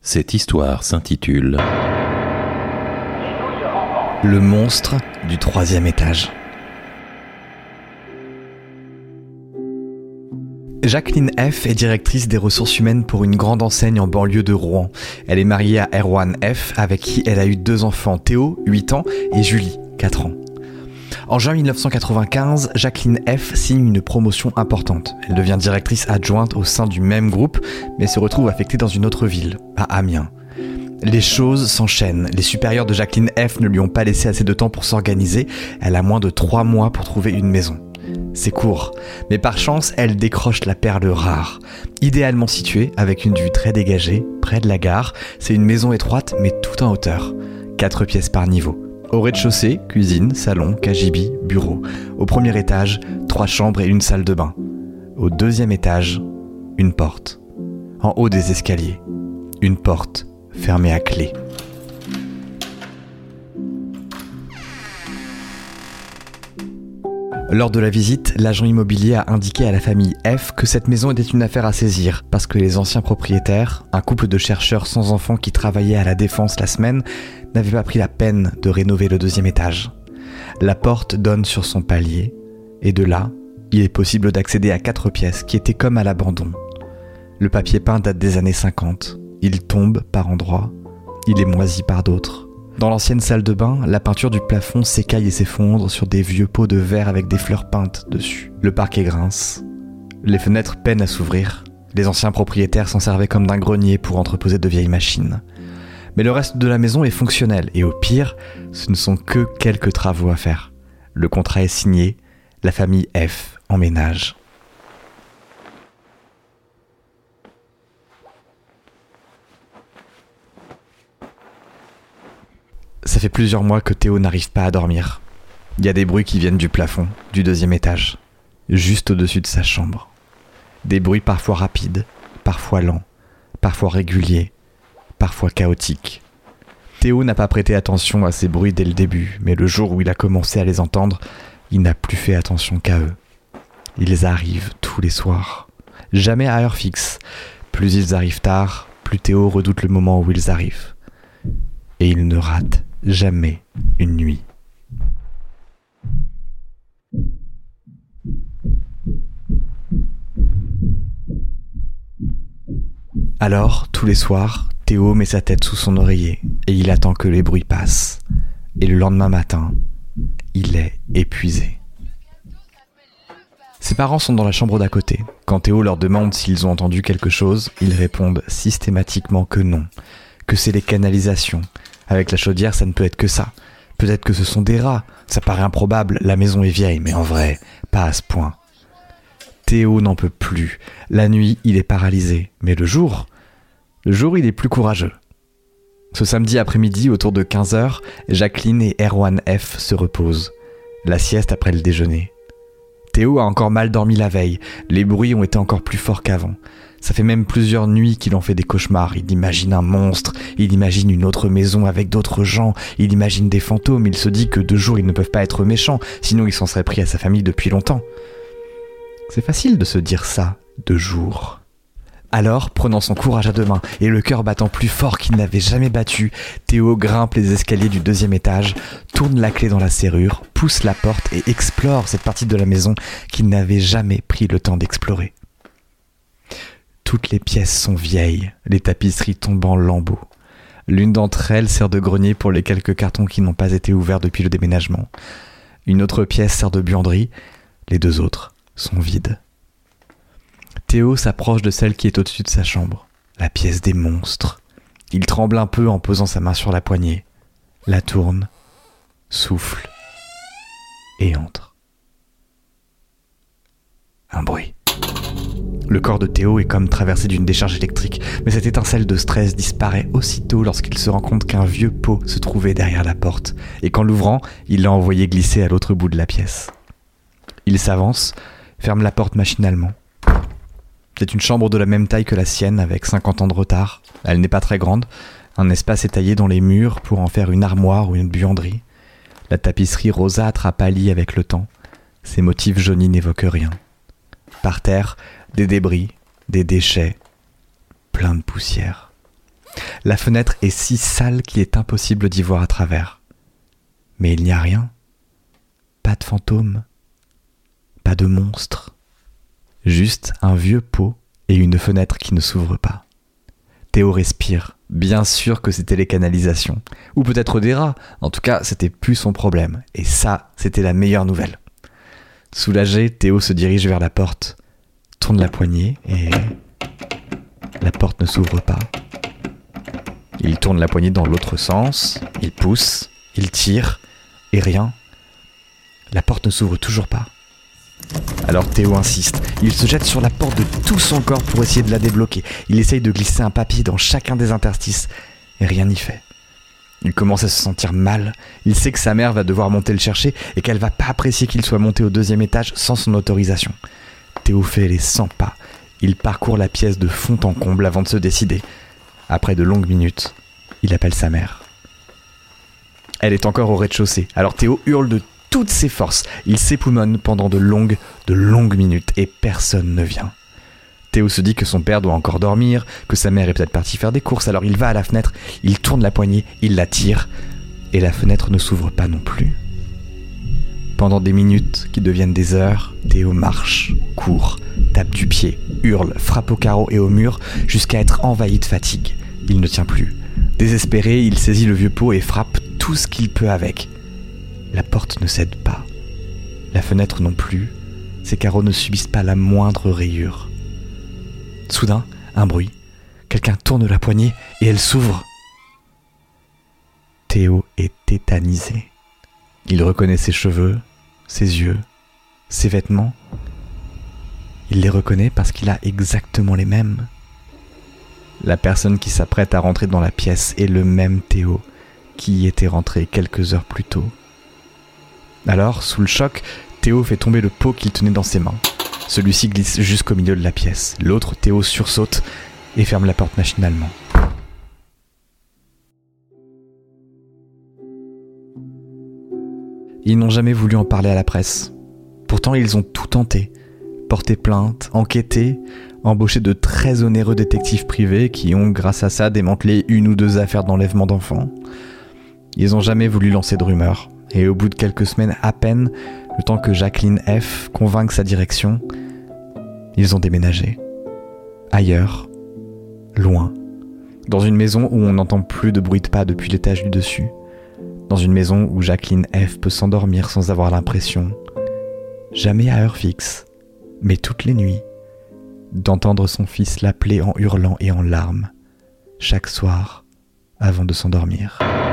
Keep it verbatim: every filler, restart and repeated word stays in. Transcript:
Cette histoire s'intitule Le monstre du troisième étage. Jacqueline F. est directrice des ressources humaines pour une grande enseigne en banlieue de Rouen. Elle est mariée à Erwan F., avec qui elle a eu deux enfants, Théo, huit ans, et Julie, quatre ans. En juin dix-neuf cent quatre-vingt-quinze, Jacqueline F. signe une promotion importante. Elle devient directrice adjointe au sein du même groupe, mais se retrouve affectée dans une autre ville, à Amiens. Les choses s'enchaînent. Les supérieurs de Jacqueline F. ne lui ont pas laissé assez de temps pour s'organiser. Elle a moins de trois mois pour trouver une maison. C'est court, mais par chance, elle décroche la perle rare. Idéalement située, avec une vue très dégagée, près de la gare, c'est une maison étroite, mais tout en hauteur. Quatre pièces par niveau. Au rez-de-chaussée, cuisine, salon, cagibi, bureau. Au premier étage, trois chambres et une salle de bain. Au deuxième étage, une porte. En haut des escaliers, une porte fermée à clé. Lors de la visite, l'agent immobilier a indiqué à la famille F que cette maison était une affaire à saisir parce que les anciens propriétaires, un couple de chercheurs sans enfants qui travaillaient à la Défense la semaine, n'avaient pas pris la peine de rénover le deuxième étage. La porte donne sur son palier et de là, il est possible d'accéder à quatre pièces qui étaient comme à l'abandon. Le papier peint date des années cinquante. Il tombe par endroits, il est moisi par d'autres. Dans l'ancienne salle de bain, la peinture du plafond s'écaille et s'effondre sur des vieux pots de verre avec des fleurs peintes dessus. Le parquet grince. Les fenêtres peinent à s'ouvrir. Les anciens propriétaires s'en servaient comme d'un grenier pour entreposer de vieilles machines. Mais le reste de la maison est fonctionnel et au pire, ce ne sont que quelques travaux à faire. Le contrat est signé, la famille F emménage. Ça fait plusieurs mois que Théo n'arrive pas à dormir. Il y a des bruits qui viennent du plafond, du deuxième étage, juste au-dessus de sa chambre. Des bruits parfois rapides, parfois lents, parfois réguliers, parfois chaotiques. Théo n'a pas prêté attention à ces bruits dès le début, mais le jour où il a commencé à les entendre, il n'a plus fait attention qu'à eux. Ils arrivent tous les soirs, jamais à heure fixe. Plus ils arrivent tard, plus Théo redoute le moment où ils arrivent. Et il ne rate jamais une nuit. Alors, tous les soirs, Théo met sa tête sous son oreiller et il attend que les bruits passent. Et le lendemain matin, il est épuisé. Ses parents sont dans la chambre d'à côté. Quand Théo leur demande s'ils ont entendu quelque chose, ils répondent systématiquement que non, que c'est les canalisations. Avec la chaudière, ça ne peut être que ça. Peut-être que ce sont des rats. Ça paraît improbable, la maison est vieille, mais en vrai, pas à ce point. Théo n'en peut plus. La nuit, il est paralysé. Mais le jour, le jour, il est plus courageux. Ce samedi après-midi, autour de quinze heures, Jacqueline et Erwan F se reposent. La sieste après le déjeuner. Théo a encore mal dormi la veille. Les bruits ont été encore plus forts qu'avant. Ça fait même plusieurs nuits qu'il en fait des cauchemars. Il imagine un monstre, il imagine une autre maison avec d'autres gens, il imagine des fantômes, il se dit que de jour ils ne peuvent pas être méchants, sinon il s'en serait pris à sa famille depuis longtemps. C'est facile de se dire ça, de jour. Alors, prenant son courage à deux mains et le cœur battant plus fort qu'il n'avait jamais battu, Théo grimpe les escaliers du deuxième étage, tourne la clé dans la serrure, pousse la porte et explore cette partie de la maison qu'il n'avait jamais pris le temps d'explorer. Toutes les pièces sont vieilles, les tapisseries tombent en lambeaux. L'une d'entre elles sert de grenier pour les quelques cartons qui n'ont pas été ouverts depuis le déménagement. Une autre pièce sert de buanderie, les deux autres sont vides. Théo s'approche de celle qui est au-dessus de sa chambre, la pièce des monstres. Il tremble un peu en posant sa main sur la poignée, la tourne, souffle et entre. Un bruit. Le corps de Théo est comme traversé d'une décharge électrique, mais cette étincelle de stress disparaît aussitôt lorsqu'il se rend compte qu'un vieux pot se trouvait derrière la porte, et qu'en l'ouvrant, il l'a envoyé glisser à l'autre bout de la pièce. Il s'avance, ferme la porte machinalement. C'est une chambre de la même taille que la sienne, avec cinquante ans de retard. Elle n'est pas très grande, un espace est taillé dans les murs pour en faire une armoire ou une buanderie. La tapisserie rosâtre a pâli avec le temps, ses motifs jaunis n'évoquent rien. Par terre, des débris, des déchets, plein de poussière. La fenêtre est si sale qu'il est impossible d'y voir à travers. Mais il n'y a rien. Pas de fantôme. Pas de monstre. Juste un vieux pot et une fenêtre qui ne s'ouvre pas. Théo respire. Bien sûr que c'était les canalisations. Ou peut-être des rats. En tout cas, c'était plus son problème. Et ça, c'était la meilleure nouvelle. Soulagé, Théo se dirige vers la porte, tourne la poignée et... la porte ne s'ouvre pas. Il tourne la poignée dans l'autre sens, il pousse, il tire, et rien. La porte ne s'ouvre toujours pas. Alors Théo insiste, il se jette sur la porte de tout son corps pour essayer de la débloquer. Il essaye de glisser un papier dans chacun des interstices, et rien n'y fait. Il commence à se sentir mal, il sait que sa mère va devoir monter le chercher et qu'elle va pas apprécier qu'il soit monté au deuxième étage sans son autorisation. Théo fait les cent pas, il parcourt la pièce de fond en comble avant de se décider. Après de longues minutes, il appelle sa mère. Elle est encore au rez-de-chaussée, alors Théo hurle de toutes ses forces. Il s'époumonne pendant de longues, de longues minutes et personne ne vient. Théo se dit que son père doit encore dormir, que sa mère est peut-être partie faire des courses, alors il va à la fenêtre, il tourne la poignée, il la tire, et la fenêtre ne s'ouvre pas non plus. Pendant des minutes qui deviennent des heures, Théo marche, court, tape du pied, hurle, frappe au carreau et au mur, jusqu'à être envahi de fatigue. Il ne tient plus. Désespéré, il saisit le vieux pot et frappe tout ce qu'il peut avec. La porte ne cède pas. La fenêtre non plus. Ses carreaux ne subissent pas la moindre rayure. Soudain, un bruit. Quelqu'un tourne la poignée et elle s'ouvre. Théo est tétanisé. Il reconnaît ses cheveux, ses yeux, ses vêtements. Il les reconnaît parce qu'il a exactement les mêmes. La personne qui s'apprête à rentrer dans la pièce est le même Théo qui y était rentré quelques heures plus tôt. Alors, sous le choc, Théo fait tomber le pot qu'il tenait dans ses mains. Celui-ci glisse jusqu'au milieu de la pièce. L'autre, Théo, sursaute et ferme la porte machinalement. Ils n'ont jamais voulu en parler à la presse. Pourtant, ils ont tout tenté. Porté plainte, enquêté, embauché de très onéreux détectives privés qui ont, grâce à ça, démantelé une ou deux affaires d'enlèvement d'enfants. Ils n'ont jamais voulu lancer de rumeurs. Et au bout de quelques semaines à peine, le temps que Jacqueline F. convainque sa direction, ils ont déménagé. Ailleurs, loin, dans une maison où on n'entend plus de bruit de pas depuis l'étage du dessus, dans une maison où Jacqueline F. peut s'endormir sans avoir l'impression, jamais à heure fixe, mais toutes les nuits, d'entendre son fils l'appeler en hurlant et en larmes, chaque soir, avant de s'endormir.